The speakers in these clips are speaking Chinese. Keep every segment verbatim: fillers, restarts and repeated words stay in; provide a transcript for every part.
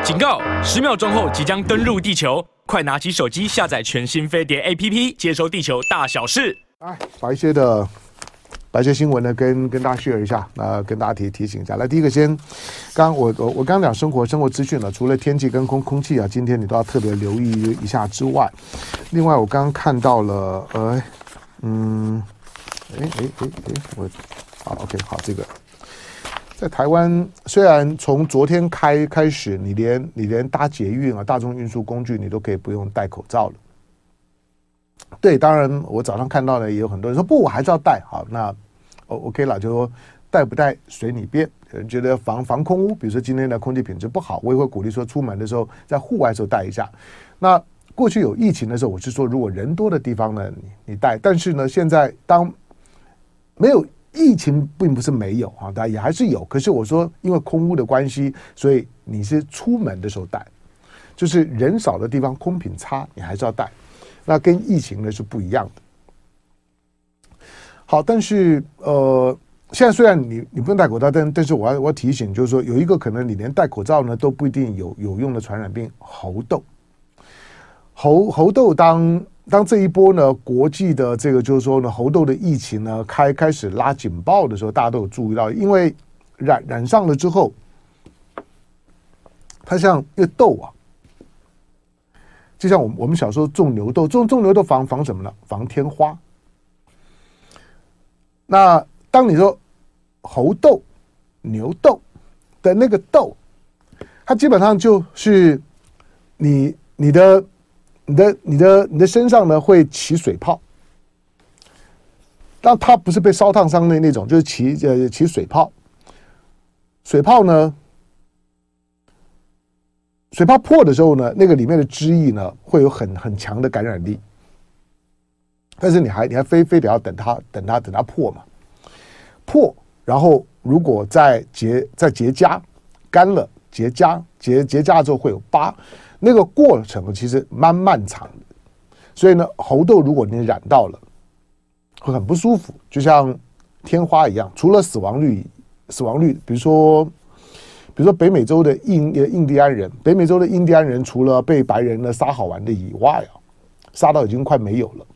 警告！十秒钟后即将登陆地球，快拿起手机下载全新飞碟 A P P， 接收地球大小事。 来，把一些的把一些新闻呢跟跟大家 share 一下，呃，跟大家提提醒一下。来，第一个先，刚刚我我我刚刚讲生活生活资讯呢，除了天气跟空空气啊，今天你都要特别留意一下之外，另外我刚刚看到了，呃，嗯，哎哎哎哎，我好 OK 好这个。在台湾，虽然从昨天开开始，你连你连搭捷运啊、大众运输工具，你都可以不用戴口罩了。对，当然我早上看到的也有很多人说不，我还是要戴。好，那 OK 了，就说戴不戴随你便。有人觉得防防空污，比如说今天的空气品质不好，我也会鼓励说出门的时候在户外的时候戴一下。那过去有疫情的时候，我是说如果人多的地方呢，你你戴。但是呢，现在当没有疫情并不是没有啊，当然也还是有。可是我说，因为空污的关系，所以你是出门的时候戴，就是人少的地方空品差，你还是要戴。那跟疫情呢是不一样的。好，但是呃，现在虽然你你不用戴口罩，但但是我要我要提醒，就是说有一个可能你连戴口罩呢都不一定有有用的传染病——猴痘。猴猴痘当。当这一波呢，国际的这个就是说呢，猴痘的疫情呢开开始拉警报的时候，大家都有注意到，因为染染上了之后，它像一个痘啊，就像我们我们小时候种牛痘，种种牛痘防防什么呢？防天花。那当你说猴痘、牛痘的那个痘，它基本上就是你你的。你的你的你的身上呢会起水泡，但它不是被烧烫伤的那种，就是起呃起水泡。水泡呢，水泡破的时候呢，那个里面的汁液呢会有很很强的感染力，但是你还你还非非得要等它等它等它破嘛，破，然后如果再结再结痂，干了结痂结结痂之后会有疤。那个过程其实蛮漫长的，所以呢，猴痘如果你染到了，会很不舒服，就像天花一样。除了死亡率，死亡率，比如说，比如说北美洲的印印第安人，北美洲的印第安人除了被白人呢杀好玩的以外啊，杀到已经快没有了。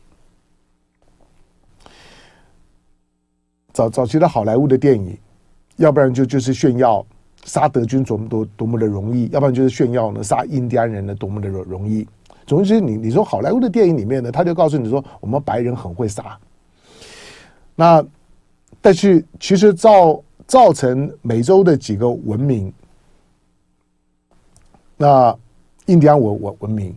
早早期的好莱坞的电影，要不然就就是炫耀。杀德军多么多多么的容易，要不然就是炫耀呢杀印第安人呢多么的容易。总之，你你说好莱坞的电影里面呢，他就告诉你说我们白人很会杀。那但是其实造造成美洲的几个文明，那印第安文文文明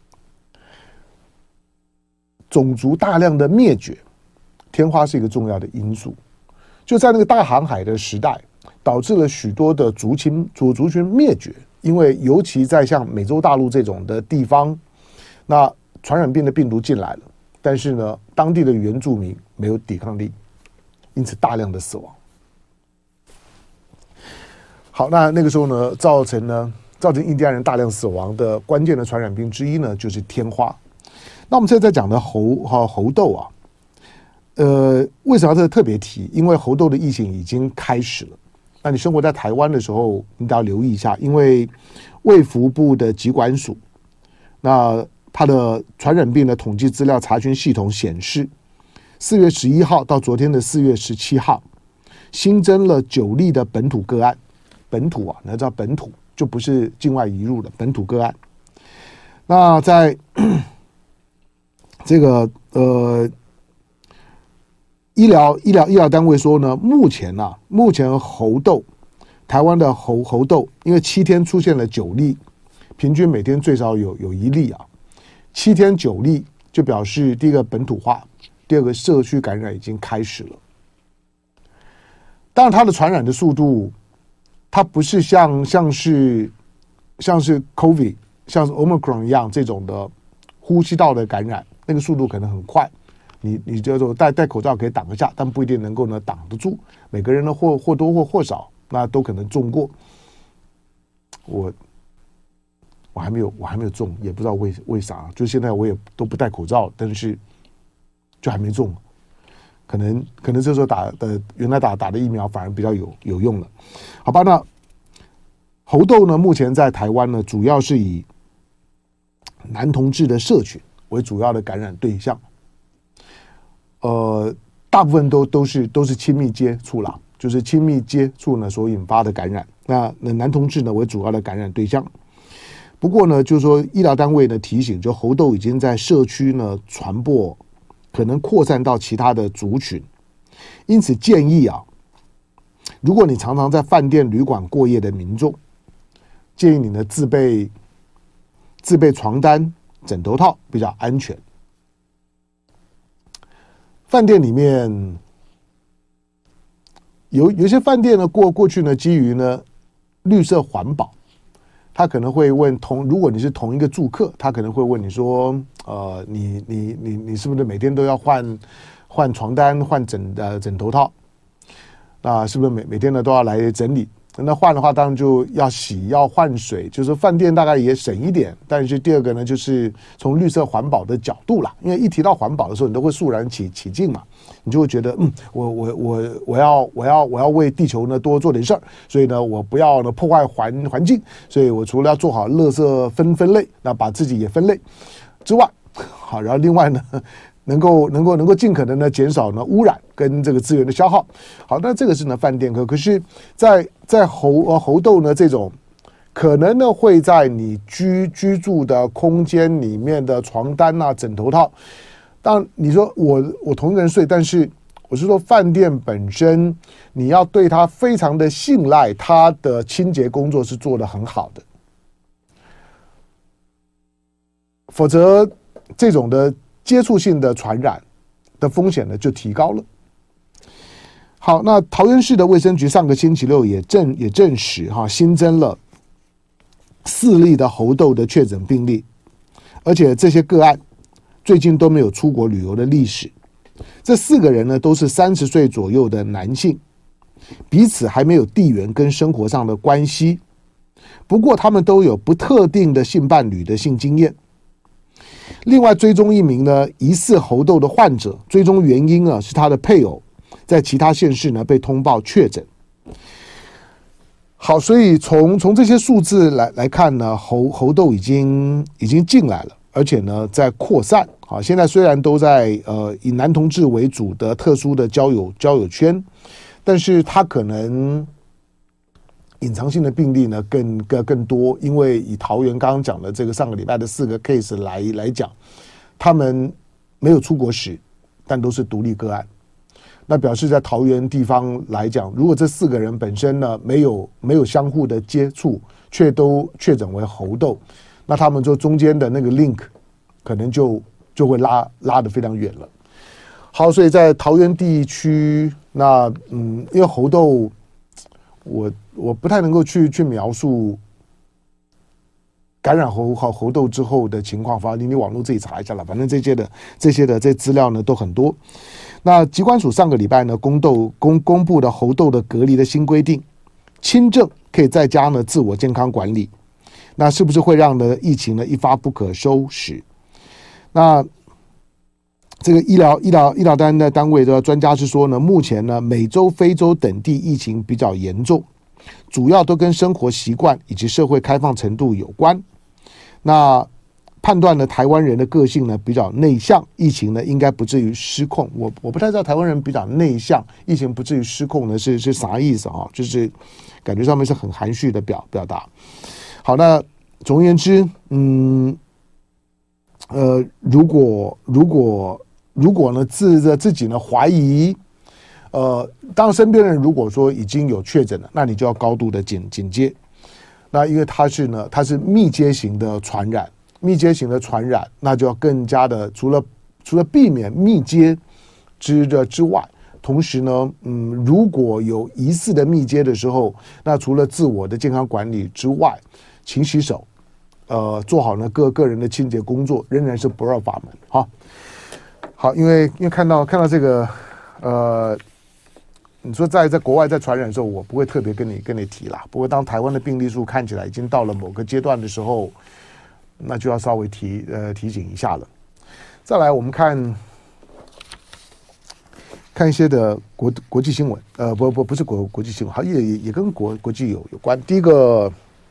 种族大量的灭绝，天花是一个重要的因素。就在那个大航海的时代。导致了许多的族群族族群灭绝，因为尤其在像美洲大陆这种的地方，那传染病的病毒进来了，但是呢，当地的原住民没有抵抗力，因此大量的死亡。好，那那个时候呢，造成呢，造成印第安人大量死亡的关键的传染病之一呢，就是天花。那我们现在在讲的猴哈猴痘啊，呃，为什么要这个特别提？因为猴痘的疫情已经开始了。那你生活在台湾的时候，你都要留意一下，因为卫福部的疾管署，那它的传染病的统计资料查询系统显示，四月十一号到昨天的四月十七号，新增了九例的本土个案。本土啊，你要知道本土就不是境外移入的本土个案。那在这个呃。医疗医疗医疗单位说呢，目前啊，目前猴痘，台湾的猴猴痘，因为七天出现了九例，平均每天最少有有一例啊，七天九例就表示第一个本土化，第二个社区感染已经开始了。当然，它的传染的速度，它不是像像是像是 COVID 像是 Omicron 一样这种的呼吸道的感染，那个速度可能很快。你你就说戴戴口罩可以挡一下，但不一定能够呢挡得住。每个人呢或或多或或少，那都可能中过。我我还没有我还没有中，也不知道为为啥。就现在我也都不戴口罩，但是就还没中。可能可能这时候打的原来打打的疫苗反而比较有有用了，好吧？那猴痘呢，目前在台湾呢，主要是以男同志的社群为主要的感染对象，呃，大部分都都是都是亲密接触啦，就是亲密接触呢所引发的感染。那那男同志呢为主要的感染对象。不过呢，就是说医疗单位呢提醒，就猴痘已经在社区呢传播，可能扩散到其他的族群，因此建议啊，如果你常常在饭店、旅馆过夜的民众，建议你呢自备自备床单、枕头套比较安全。饭店里面有有些饭店呢，过过去呢，基于呢绿色环保。他可能会问同，如果你是同一个住客，他可能会问你说，呃，你你你你是不是每天都要换换床单、换枕呃枕头套？那是不是每每天呢都要来整理？那换的话，当然就要洗、要换水，就是饭店大概也省一点。但是第二个呢，就是从绿色环保的角度啦，因为一提到环保的时候，你都会肃然起起敬嘛，你就会觉得，嗯，我我我我要我要我要为地球呢多做点事儿，所以呢，我不要呢破坏环环境，所以我除了要做好垃圾分分类，那把自己也分类之外，好，然后另外呢。能够能够能够尽可能的减少呢污染跟这个资源的消耗。好，那这个是呢饭店科，可是在在猴呃猴痘呢这种可能呢会在你居居住的空间里面的床单啊、枕头套，当然你说我我同一个人睡，但是我是说饭店本身你要对它非常的信赖，它的清洁工作是做得很好的，否则这种的。接触性的传染的风险呢就提高了。好，那桃园市的卫生局上个星期六也证也证实哈，新增了四例的猴痘的确诊病例，而且这些个案最近都没有出国旅游的历史。这四个人呢都是三十岁左右的男性，彼此还没有地缘跟生活上的关系，不过他们都有不特定的性伴侣的性经验。另外追踪一名呢疑似猴痘的患者，追踪原因呢是他的配偶在其他县市呢被通报确诊。好，所以从从这些数字来来看呢，猴猴痘已经已经进来了，而且呢在扩散。好，现在虽然都在呃以男同志为主的特殊的交友交友圈，但是他可能隐藏性的病例呢更更更多，因为以桃园刚刚讲的这个上个礼拜的四个 case 来来讲，他们没有出国史，但都是独立个案。那表示在桃园地方来讲，如果这四个人本身呢没有没有相互的接触，却都确诊为猴痘，那他们就中间的那个 link 可能就就会拉拉得非常远了。好，所以在桃园地区，那嗯，因为猴痘。我我不太能够去去描述感染猴猴猴痘之后的情况，反正你你网络自己查一下了。反正这些的这些的这资料呢都很多。那疾管署上个礼拜呢公豆公公布的猴痘的隔离的新规定，轻症可以在家呢自我健康管理。那是不是会让呢疫情呢一发不可收拾？那这个医疗医疗医疗单的单位的专家是说呢，目前呢美洲、非洲等地疫情比较严重，主要都跟生活习惯以及社会开放程度有关。那判断呢，台湾人的个性呢比较内向，疫情呢应该不至于失控。我我不太知道台湾人比较内向，疫情不至于失控呢是是啥意思啊？就是感觉上面是很含蓄的表表达。好，那总而言之，嗯，呃，如果如果如果呢自自己呢怀疑，呃，当身边人如果说已经有确诊了，那你就要高度的警警戒。那因为它是呢，它是密接型的传染，密接型的传染，那就要更加的除了除了避免密接之的之外，同时呢，嗯，如果有疑似的密接的时候，那除了自我的健康管理之外，勤洗手，呃，做好呢个个人的清洁工作，仍然是不二法门。好。好，因为因为看到看到这个，呃，你说在在国外在传染的时候，我不会特别跟你跟你提啦。不过当台湾的病例数看起来已经到了某个阶段的时候，那就要稍微提呃提醒一下了。再来，我们看看一些的国国际新闻，呃，不不不是国国际新闻，好也也也跟国国际有有关。第一个，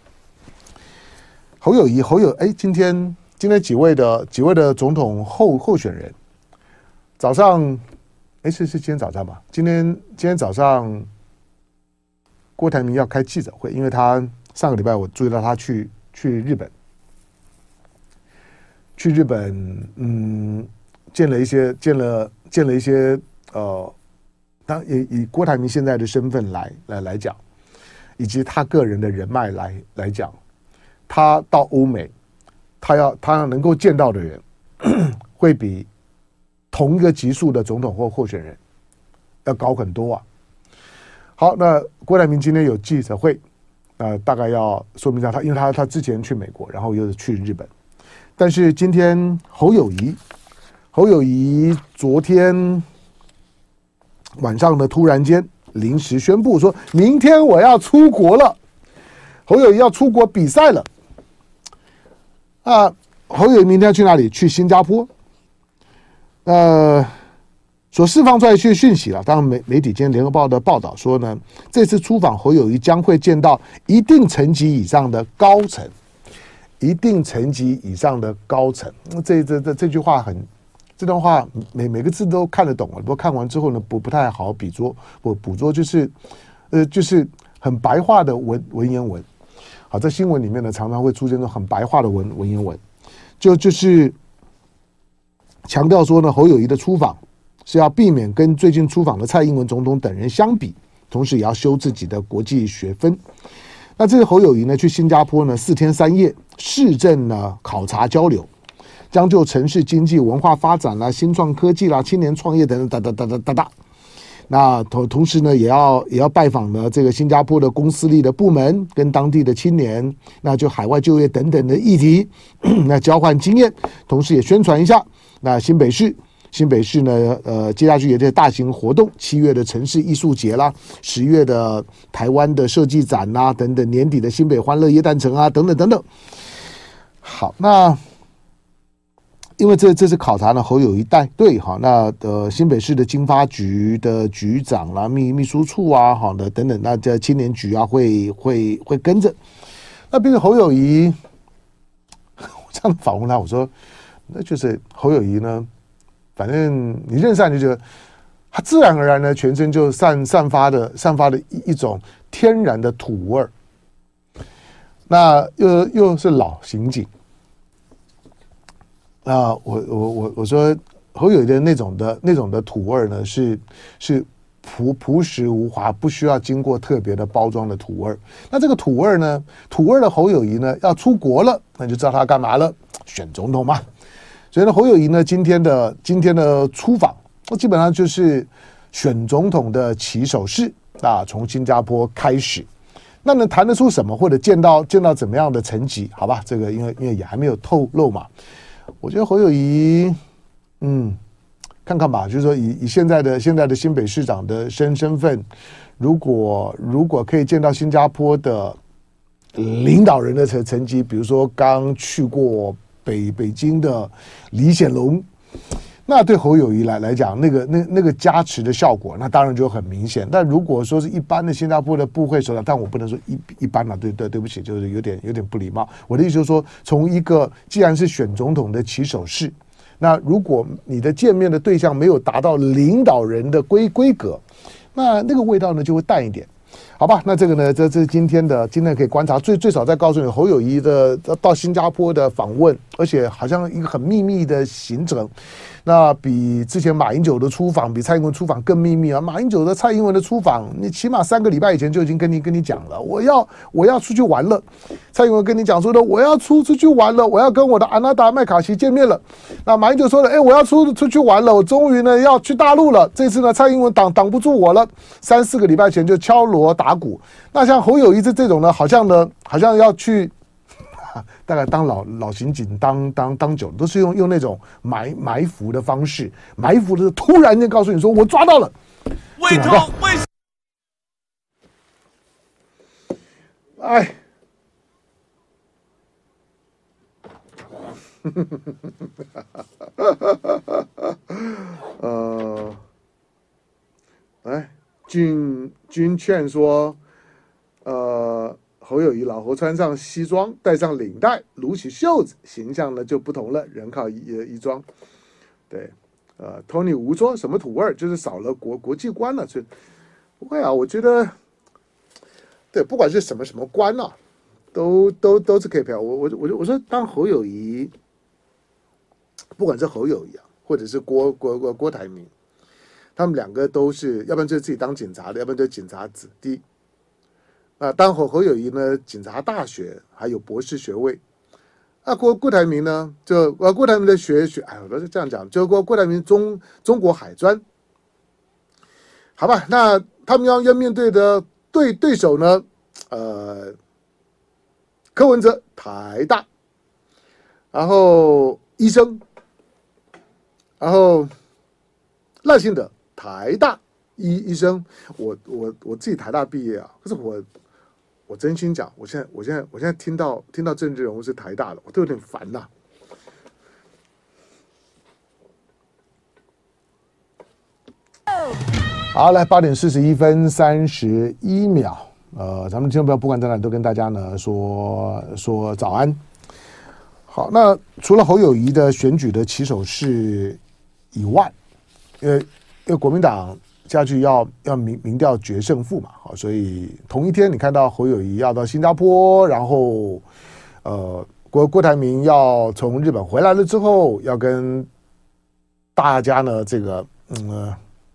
侯友宜，侯友哎，今天今天几位的几位的总统候候选人，早上哎是是今天早上吧？今天今天早上郭台铭要开记者会，因为他上个礼拜我注意到他去去日本，去日本嗯见了一些见了见了一些呃，当以以郭台铭现在的身份来来来讲，以及他个人的人脉来来讲。他到欧美，他要他能够见到的人，会比同一个级数的总统或候选人要高很多啊。好，那郭台铭今天有记者会，呃，大概要说明一下他，因为他他之前去美国，然后又去日本，但是今天侯友宜，侯友宜昨天晚上呢，突然间临时宣布说，明天我要出国了，侯友宜要出国比赛了。啊，侯友宜明天要去哪里？去新加坡。呃，所释放出来一些讯息了。当然媒媒体今天联合报的报道说呢，这次出访侯友宜将会见到一定层级以上的高层，一定层级以上的高层。这这这这句话很，这段话每每个字都看得懂了，不过看完之后呢，不不太好捕捉，我捕捉就是，呃，就是很白话的文文言文。好，在新闻里面呢，常常会出现这种很白话的文文言文，就就是强调说呢，侯友宜的出访是要避免跟最近出访的蔡英文总统等人相比，同时也要修自己的国际学分。那这个侯友宜呢，去新加坡呢四天三夜，市政呢考察交流，将就城市经济、文化发展啦、新创科技啦、青年创业等等哒哒哒哒哒哒。那同同时呢，也要也要拜访呢这个新加坡的公司立的部门，跟当地的青年，那就海外就业等等的议题，那交换经验，同时也宣传一下。那新北市，新北市呢，呃，接下去也这些大型活动，七月的城市艺术节啦，十月的台湾的设计展啦，等等，年底的新北欢乐耶诞城啊，等等等等。好，那。因为这这次考察呢，侯友宜带队哈，那呃新北市的经发局的局长啦、秘秘书处啊，好的等等，那这青年局啊会会会跟着。那并且侯友宜，我这样访问他，我说那就是侯友宜呢，反正你认识他就觉得他自然而然呢，全身就散散发的散发的一一种天然的土味儿，那又又是老刑警。那我我我我说侯友宜的那种的那种的土味呢，是是朴朴实无华，不需要经过特别的包装的土味。那这个土味呢，土味的侯友宜呢要出国了，那就知道他干嘛了，选总统嘛。所以呢，侯友宜呢今天的今天的出访，基本上就是选总统的起手式啊，从新加坡开始。那能谈得出什么，或者见到见到怎么样的成绩？好吧，这个因为因为也还没有透露嘛。我觉得侯友宜，嗯，看看吧，就是说以以现在的现在的新北市长的身身份，如果如果可以见到新加坡的领导人的成成绩，比如说刚去过北北京的李显龙，那对侯友宜来来讲，那个那那个加持的效果，那当然就很明显。但如果说是一般的新加坡的部会首长，但我不能说一一般了，对对对不起，就是有点有点不礼貌。我的意思就是说，从一个既然是选总统的起手式，那如果你的见面的对象没有达到领导人的规规格，那那个味道呢就会淡一点。好吧，那这个呢，这这是今天的，今天可以观察，最最少再告诉你侯友宜的到新加坡的访问，而且好像一个很秘密的行程，那比之前马英九的出访，比蔡英文出访更秘密啊！马英九的、蔡英文的出访，你起码三个礼拜以前就已经跟你跟你讲了，我要我要出去玩了。蔡英文跟你讲说的，我要出出去玩了，我要跟我的安娜达麦卡锡见面了。那马英九说了，哎，我要出出去玩了，我终于呢要去大陆了。这次呢，蔡英文挡挡不住我了，三四个礼拜前就敲锣打鼓。那像侯友宜这这种呢，好像呢，好像要去。大概当老老刑警当当当久了，都是用用那种埋埋伏的方式，埋伏的突然间告诉你说我抓到了， 胃痛胃。 哎，呃，哎，君君劝说，呃。 侯友宜老侯穿上西装，戴上领带，撸起袖子，形象呢就不同了，人靠衣衣装。对，呃，Tony 吴说什么土味儿，就是少了国国际观了。所以不会啊，我觉得，对，不管是什么什么观啊，都都都是可以配合。我我我我说，当侯友宜，不管是侯友宜啊，或者是郭郭郭郭台铭，他们两个都是，要不然就是自己当警察的，要不然就是警察子弟。啊，当侯侯友宜呢，警察大学还有博士学位。啊，郭郭台铭呢，就呃郭台铭的学学，哎，我都是这样讲，就郭郭台铭中中国海专。好吧，那他们要要面对的对对手呢，呃，柯文哲台大，然后医生，然后赖清德台大医医生，我我我自己台大毕业啊，可是我我真心讲，我现在我现在我现在听到听到政治人物是台大的，我都有点烦呐、啊。好，来八点四十一分三十一秒，呃，咱们听众朋友不管在哪里都跟大家呢说说早安。好，那除了侯友宜的选举的起手式以外，因为因为国民党下去要要民民调决胜负嘛，好，所以同一天你看到侯友宜要到新加坡，然后呃郭郭台铭要从日本回来了之后，要跟大家呢这个嗯。呃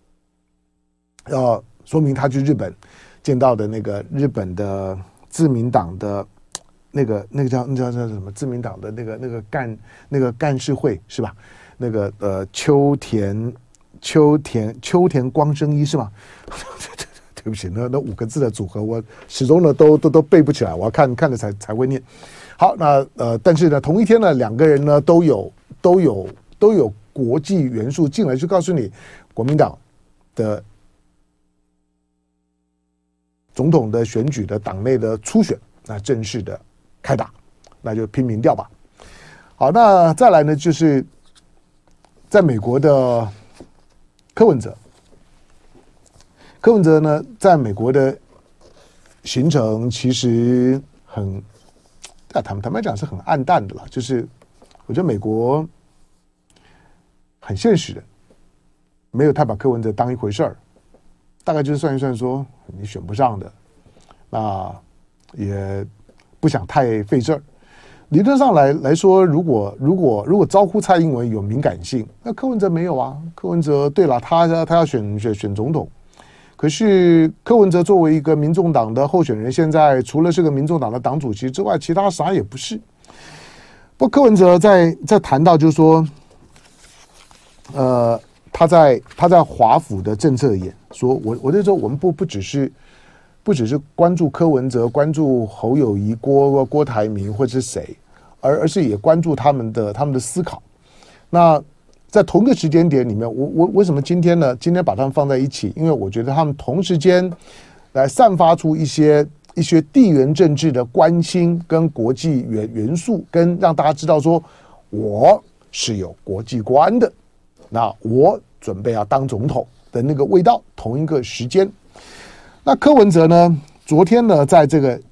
要说明他去日本见到的那个日本的自民党的那个那个叫那叫叫什么自民党的那个那个干那个干事会是吧？那个呃秋田秋田秋田光生一是吗？对不起，那那五个字的组合我始终呢都都都背不起来，我要看看了才才会念。好，那呃但是呢同一天呢两个人呢都有都有都有国际元素进来，就告诉你国民党的总统的选举的党内的初选，那正式的开打，那就拼民调吧。好，那再来呢，就是在美国的柯文哲，柯文哲呢，在美国的行程其实很，啊，坦坦白讲是很暗淡的啦。就是我觉得美国很现实的，没有太把柯文哲当一回事儿。大概就是算一算说你选不上的，那也不想太费事儿。理论上来来说，如果如果如果招呼蔡英文有敏感性，那柯文哲没有啊。柯文哲对了，他他要选选选总统，可是柯文哲作为一个民众党的候选人，现在除了是个民众党的党主席之外，其他啥也不是。不过柯文哲在在谈到就是说，呃。他在他在华府的政策演说，我我那时候我们不不只是不只是关注柯文哲，关注侯友宜、郭郭台铭或者是谁，而而是也关注他们的他们的思考。那在同一个时间点里面，我我为什么今天呢？今天把他们放在一起，因为我觉得他们同时间来散发出一些一些地缘政治的关心跟国际元元素，跟让大家知道说我是有国际观的。那我准备要当总统的那个味道，同一个时间。那柯文哲呢？昨天呢，在这个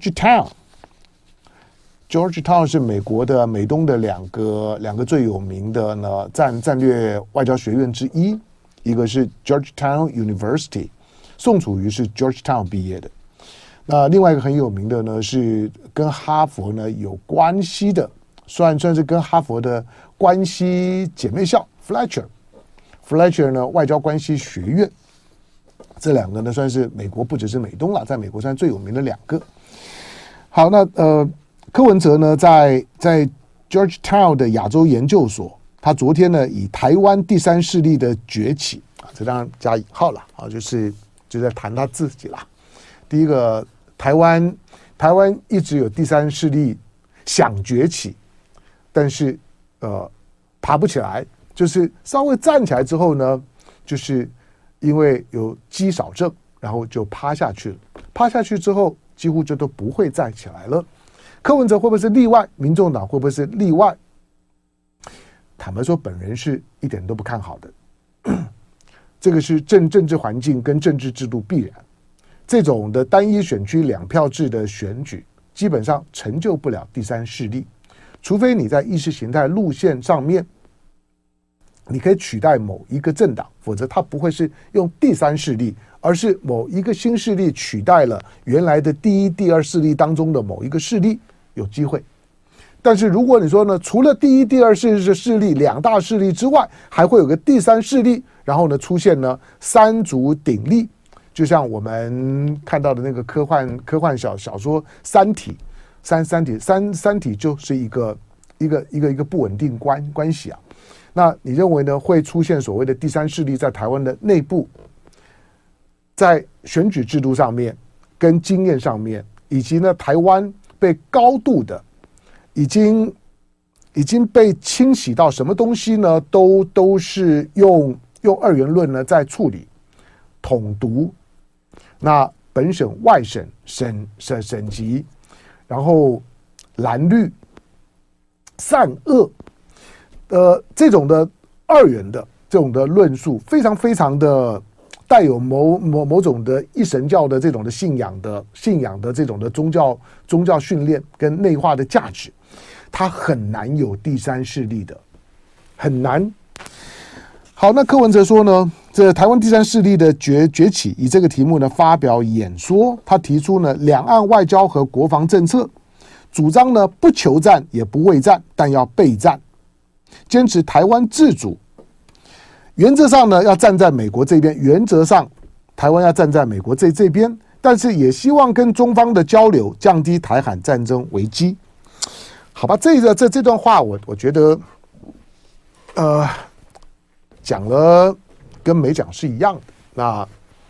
Georgetown，Georgetown 是美国的美东的两个两个最有名的呢战战略外交学院之一，一个是 Georgetown University， 宋楚瑜是 Georgetown 毕业的。那另外一个很有名的呢，是跟哈佛呢有关系的，算算是跟哈佛的关系姐妹校。Fletcher，Fletcher Fletcher 呢，外交关系学院，这两个呢算是美国不只是美东了，在美国算最有名的两个。好，那呃，柯文哲呢，在在 Georgetown 的亚洲研究所，他昨天呢以台湾第三势力的崛起啊，这当然加引号了啊，就是就在谈他自己啦。第一个，台湾台湾一直有第三势力想崛起，但是呃爬不起来。就是稍微站起来之后呢，就是因为有肌少症，然后就趴下去了。趴下去之后，几乎就都不会再起来了。柯文哲会不会是例外？民众党会不会是例外？坦白说，本人是一点都不看好的。这个是政政治环境跟政治制度必然。 这种的单一选区两票制的选举，基本上成就不了第三势力，除非你在意识形态路线上面，你可以取代某一个政党，否则它不会是用第三势力，而是某一个新势力取代了原来的第一、第二势力当中的某一个势力，有机会。但是如果你说呢，除了第一、第二势力势力两大势力之外，还会有个第三势力，然后呢出现呢三足鼎立，就像我们看到的那个科幻科幻小小说《三体》，三三体三三体就是一个一个一个一个不稳定关关系啊。那你认为呢？会出现所谓的第三势力在台湾的内部，在选举制度上面、跟经验上面，以及呢台湾被高度的已经已经被清洗到什么东西呢？都都是用用二元论呢在处理，统独，那本省、外省、省省省级，然后蓝绿、善恶。呃，这种的二元的这种的论述，非常非常的带有某某某种的一神教的这种的信仰的信仰的这种的宗教宗教训练跟内化的价值，它很难有第三势力的，很难。好，那柯文哲说呢，这台湾第三势力的崛崛起，以这个题目呢发表演说，他提出呢两岸外交和国防政策，主张呢不求战也不畏战，但要备战。坚持台湾自主，原则上呢要站在美国这边，原则上台湾要站在美国这这边，但是也希望跟中方的交流，降低台海战争危机。好吧，这个这这段话我我觉得，呃，讲了跟没讲是一样的。那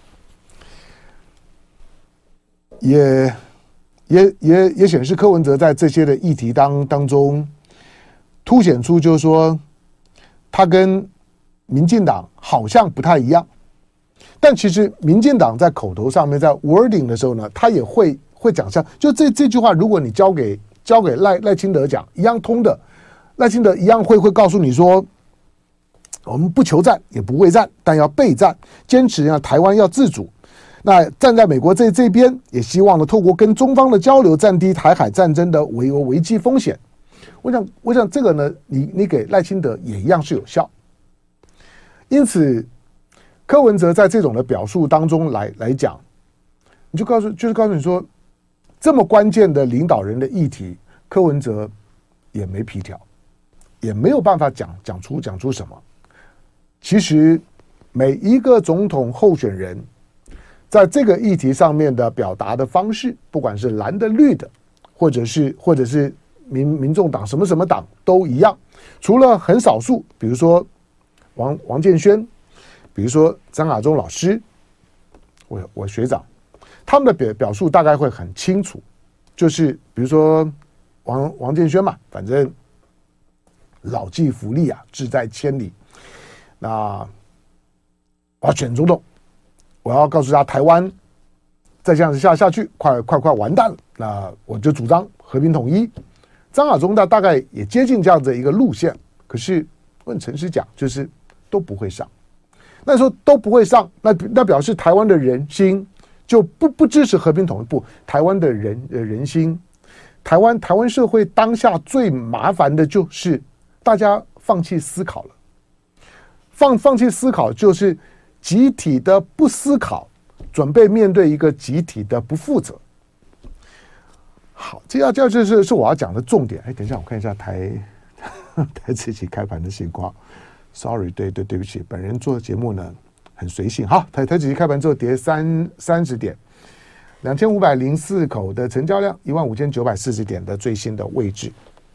也也也也显示柯文哲在这些的议题当当中。凸显出就是说，他跟民进党好像不太一样，但其实民进党在口头上面在 wording 的时候呢，他也会会讲像就这这句话，如果你交给交给赖赖清德讲，一样通的，赖清德一样会会告诉你说，我们不求战也不畏战，但要备战，坚持让台湾要自主。那站在美国这这边，也希望呢透过跟中方的交流，降低台海战争的危危机风险。我想，我想这个呢，你你给赖清德也一样是有效。因此，柯文哲在这种的表述当中来来讲，你就告诉，就是告诉你说，这么关键的领导人的议题，柯文哲也没皮条，也没有办法讲讲出讲出什么。其实，每一个总统候选人，在这个议题上面的表达的方式，不管是蓝的、绿的，或者是或者是。民民众党什么什么党都一样，除了很少数，比如说王王建煊，比如说张亚中老师，我我学长，他们的表表述大概会很清楚，就是比如说王王建煊嘛，反正老骥伏枥啊，志在千里。那我要选总统，我要告诉他台湾再这样子下下去，快快快完蛋了。那我就主张和平统一。张亚中大大概也接近这样的一个路线，可是问诚实讲，就是都不会上。那说都不会上，那那表示台湾的人心就不不支持和平统一。不，台湾的人呃人心，台湾台湾社会当下最麻烦的就是大家放弃思考了，放放弃思考就是集体的不思考，准备面对一个集体的不负责。好，这要这是是我要讲的重点。哎，等一下，我看一下台台自己开盘的情况。Sorry， 对对对不起，本人做节目呢很随性。好，台台自己开盘之后跌三三十点，两千五百零四口的成交量，一万五千九百四十点的最新的位置。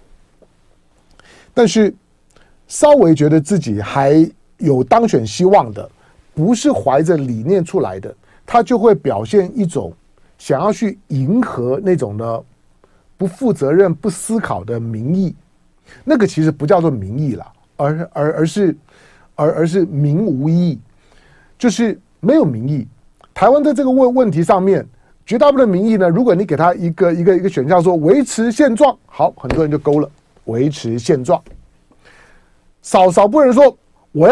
但是稍微觉得自己还有当选希望的，不是怀着理念出来的，他就会表现一种想要去迎合那种呢不负责任、不思考的民意。那个其实不叫做民意啦，而而而是而而是民无意义，就是没有民意。台湾在这个问问题上面，绝大部分的民意呢，如果你给他一个一个一个选项说维持现状，好，很多人就勾了维持现状。少少部分人说我要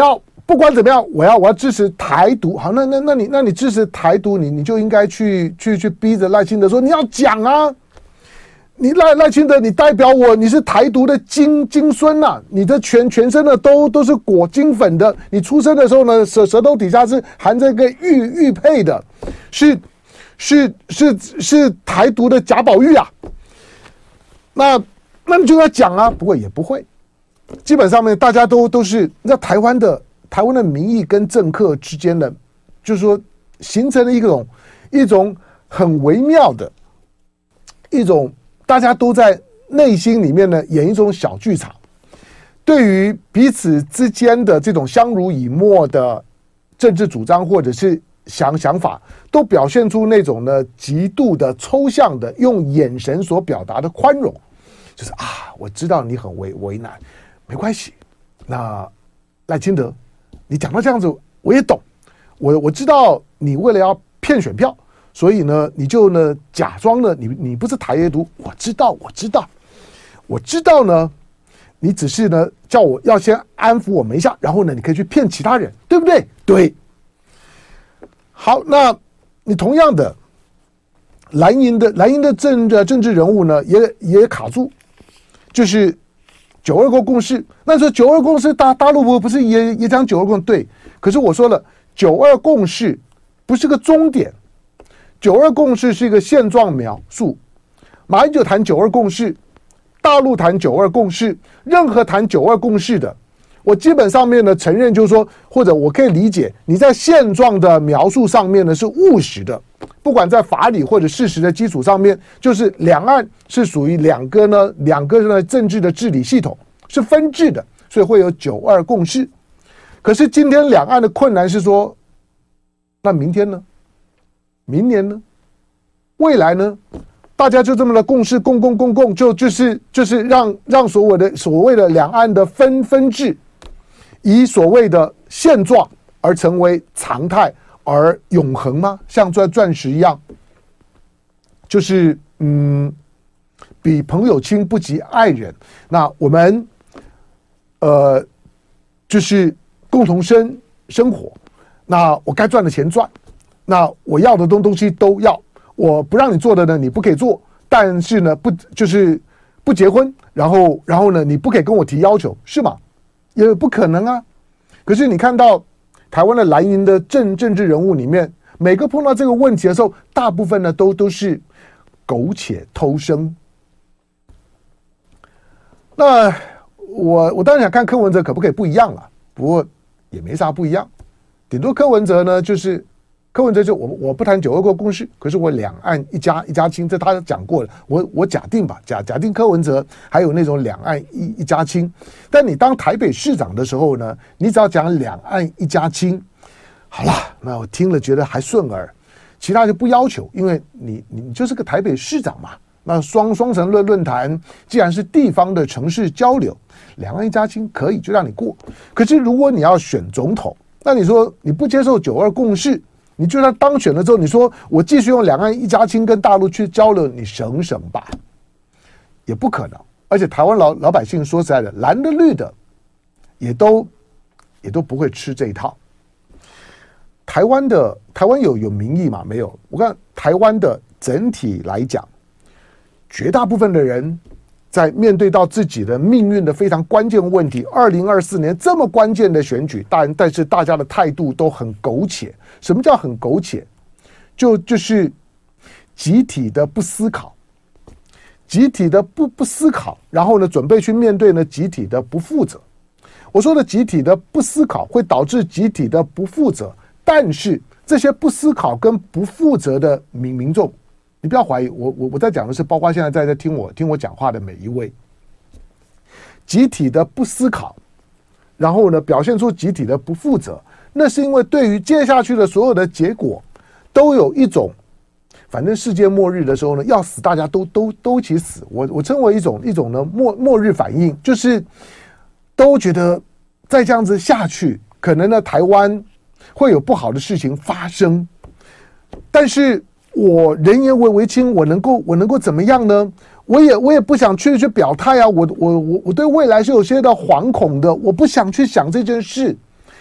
不管怎么样，我要我要支持台独。好，那那那你那你支持台独，你你就应该去去去逼着赖清德说你要讲啊。你赖赖清德，你代表我，你是台独的金金孙呐、啊，你的全全身的都都是裹金粉的，你出生的时候呢，舌舌头底下是含着一个玉玉佩的，是是是是台独的贾宝玉啊。那那你就要讲啊，不过也不会，基本上面大家都都是，那台湾的台湾的民意跟政客之间的，就是说形成了一种一种很微妙的一种。大家都在内心里面呢演一种小剧场，对于彼此之间的这种相濡以沫的政治主张或者是想想法，都表现出那种呢极度的抽象的用眼神所表达的宽容，就是啊，我知道你很为为难，没关系。那赖清德，你讲到这样子，我也懂，我我知道你为了要骗选票。所以呢，你就呢假装呢，你你不是台独独，我知道，我知道，我知道呢，你只是呢叫我要先安抚我们一下，然后呢，你可以去骗其他人，对不对？对。好，那你同样的，蓝营的蓝营的政的政治人物呢，也也卡住，就是九二共共识。那说九二共识，大大陆不不是也也讲九二共对？可是我说了，九二共识不是个终点。九二共识是一个现状描述，马英九谈九二共识，大陆谈九二共识，任何谈九二共识的，我基本上面呢承认就是说，或者我可以理解你在现状的描述上面呢是务实的，不管在法理或者事实的基础上面，就是两岸是属于两个呢两个呢政治的治理系统是分治的，所以会有九二共识。可是今天两岸的困难是说，那明天呢？明年呢？未来呢？大家就这么的共识，共共共共，就就是就是让让所谓的所谓的两岸的分分治，以所谓的现状而成为常态而永恒吗？像钻钻石一样，就是嗯，比朋友亲不及爱人。那我们呃，就是共同生生活。那我该赚的钱赚。那我要的东东西都要，我不让你做的呢，你不可以做。但是呢，不就是不结婚，然后然后呢，你不可以跟我提要求，是吗？也不可能啊。可是你看到台湾的蓝营的政政治人物里面，每个碰到这个问题的时候，大部分呢都都是苟且偷生。那我我当然想看柯文哲可不可以不一样了，不过也没啥不一样，顶多柯文哲呢就是。柯文哲就我我不谈九二共共识，可是我两岸一家一家亲，这他讲过了。我我假定吧，假假定柯文哲还有那种两岸一一家亲，但你当台北市长的时候呢，你只要讲两岸一家亲，好了，那我听了觉得还顺耳，其他就不要求，因为你你就是个台北市长嘛。那双双城论论坛既然是地方的城市交流，两岸一家亲可以就让你过。可是如果你要选总统，那你说你不接受九二共识？你就算当选了之后，你说我继续用两岸一家亲跟大陆去交流，你省省吧，也不可能。而且台湾老老百姓说实在的，蓝的绿的，也都也都不会吃这一套。台湾的台湾有有民意吗？没有。我看台湾的整体来讲，绝大部分的人在面对到自己的命运的非常关键问题，二零二四年这么关键的选举，但但是大家的态度都很苟且。什么叫很苟且？就就是集体的不思考，集体的不不思考，然后呢，准备去面对呢集体的不负责。我说的集体的不思考会导致集体的不负责，但是这些不思考跟不负责的民民众，你不要怀疑我，我我在讲的是包括现在在在听我听我讲话的每一位，集体的不思考，然后呢表现出集体的不负责。那是因为对于接下去的所有的结果，都有一种，反正世界末日的时候呢，要死大家都都都一起死。我我称为一种一种呢末末日反应，就是都觉得再这样子下去，可能呢台湾会有不好的事情发生。但是我人言为为轻，我能够我能够怎么样呢？我也我也不想去去表态啊，我我我我对未来是有些的惶恐的，我不想去想这件事。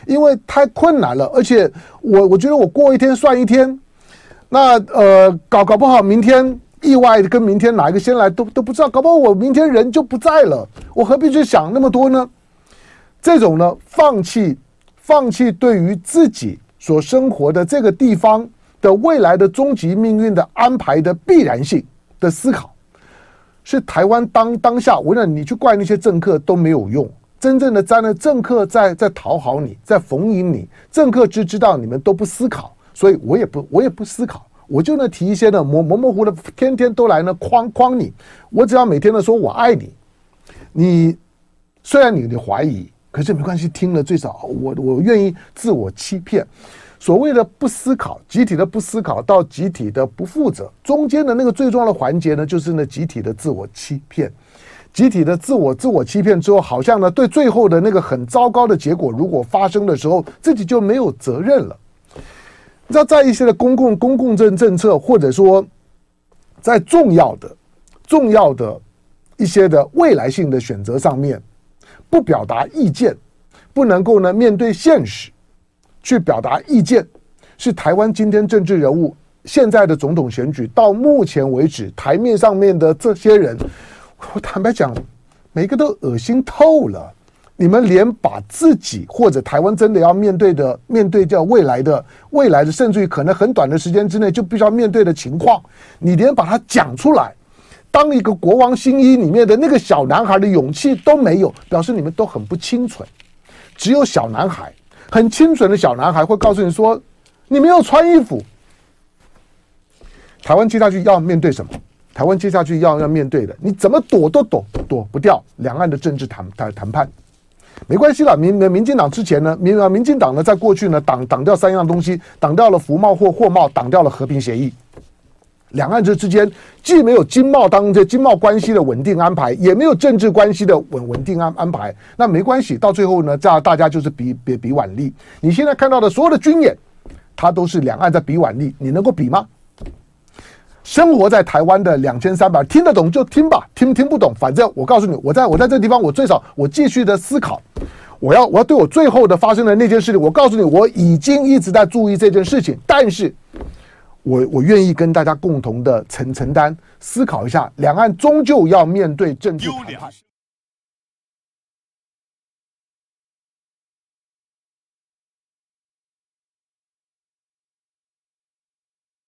因为太困难了，而且我我觉得我过一天算一天，那呃搞搞不好明天意外跟明天哪一个先来都都不知道，搞不好我明天人就不在了，我何必去想那么多呢？这种呢，放弃放弃对于自己所生活的这个地方的未来的终极命运的安排的必然性的思考，是台湾当当下，我想你去怪那些政客都没有用，真正的站在政客在在讨好你，在逢迎你，政客只知道你们都不思考，所以我也不我也不思考，我就呢提一些呢模模模糊的，天天都来呢框框你，我只要每天的说我爱你，你虽然你你怀疑，可是没关系，听了最少我我愿意自我欺骗。所谓的不思考，集体的不思考到集体的不负责，中间的那个最重要的环节呢，就是呢集体的自我欺骗。集体的自我自我欺骗之后，好像呢对最后的那个很糟糕的结果，如果发生的时候，自己就没有责任了。你知道，在一些的公共公共政政策，或者说在重要的重要的一些的未来性的选择上面，不表达意见，不能够呢面对现实去表达意见，是台湾今天政治人物现在的总统选举到目前为止台面上面的这些人，我坦白讲，每个都恶心透了。你们连把自己或者台湾真的要面对的面对叫未来的未来的，甚至于可能很短的时间之内就必须要面对的情况，你连把它讲出来，当一个国王新衣里面的那个小男孩的勇气都没有，表示你们都很不清纯。只有小男孩，很清纯的小男孩会告诉你说，你没有穿衣服。台湾接下去要面对什么？台湾接下去要要面对的，你怎么躲都躲躲不掉两岸的政治谈谈谈判。没关系了，民民进党之前呢，民民进党呢，在过去呢，挡挡掉三样东西，挡掉了服贸或货贸，挡掉了和平协议。两岸这之间既没有经贸当这经贸关系的稳定安排，也没有政治关系的稳稳定安安排。那没关系，到最后呢，这样大家就是比比比腕力。你现在看到的所有的军演，它都是两岸在比腕力，你能够比吗？生活在台湾的两千三百，听得懂就听吧，听听不懂，反正我告诉你，我在我在这个地方，我最少我继续的思考，我要我要对我最后的发生的那件事情，我告诉你，我已经一直在注意这件事情，但是我我愿意跟大家共同的承承担，思考一下，两岸终究要面对政治谈判。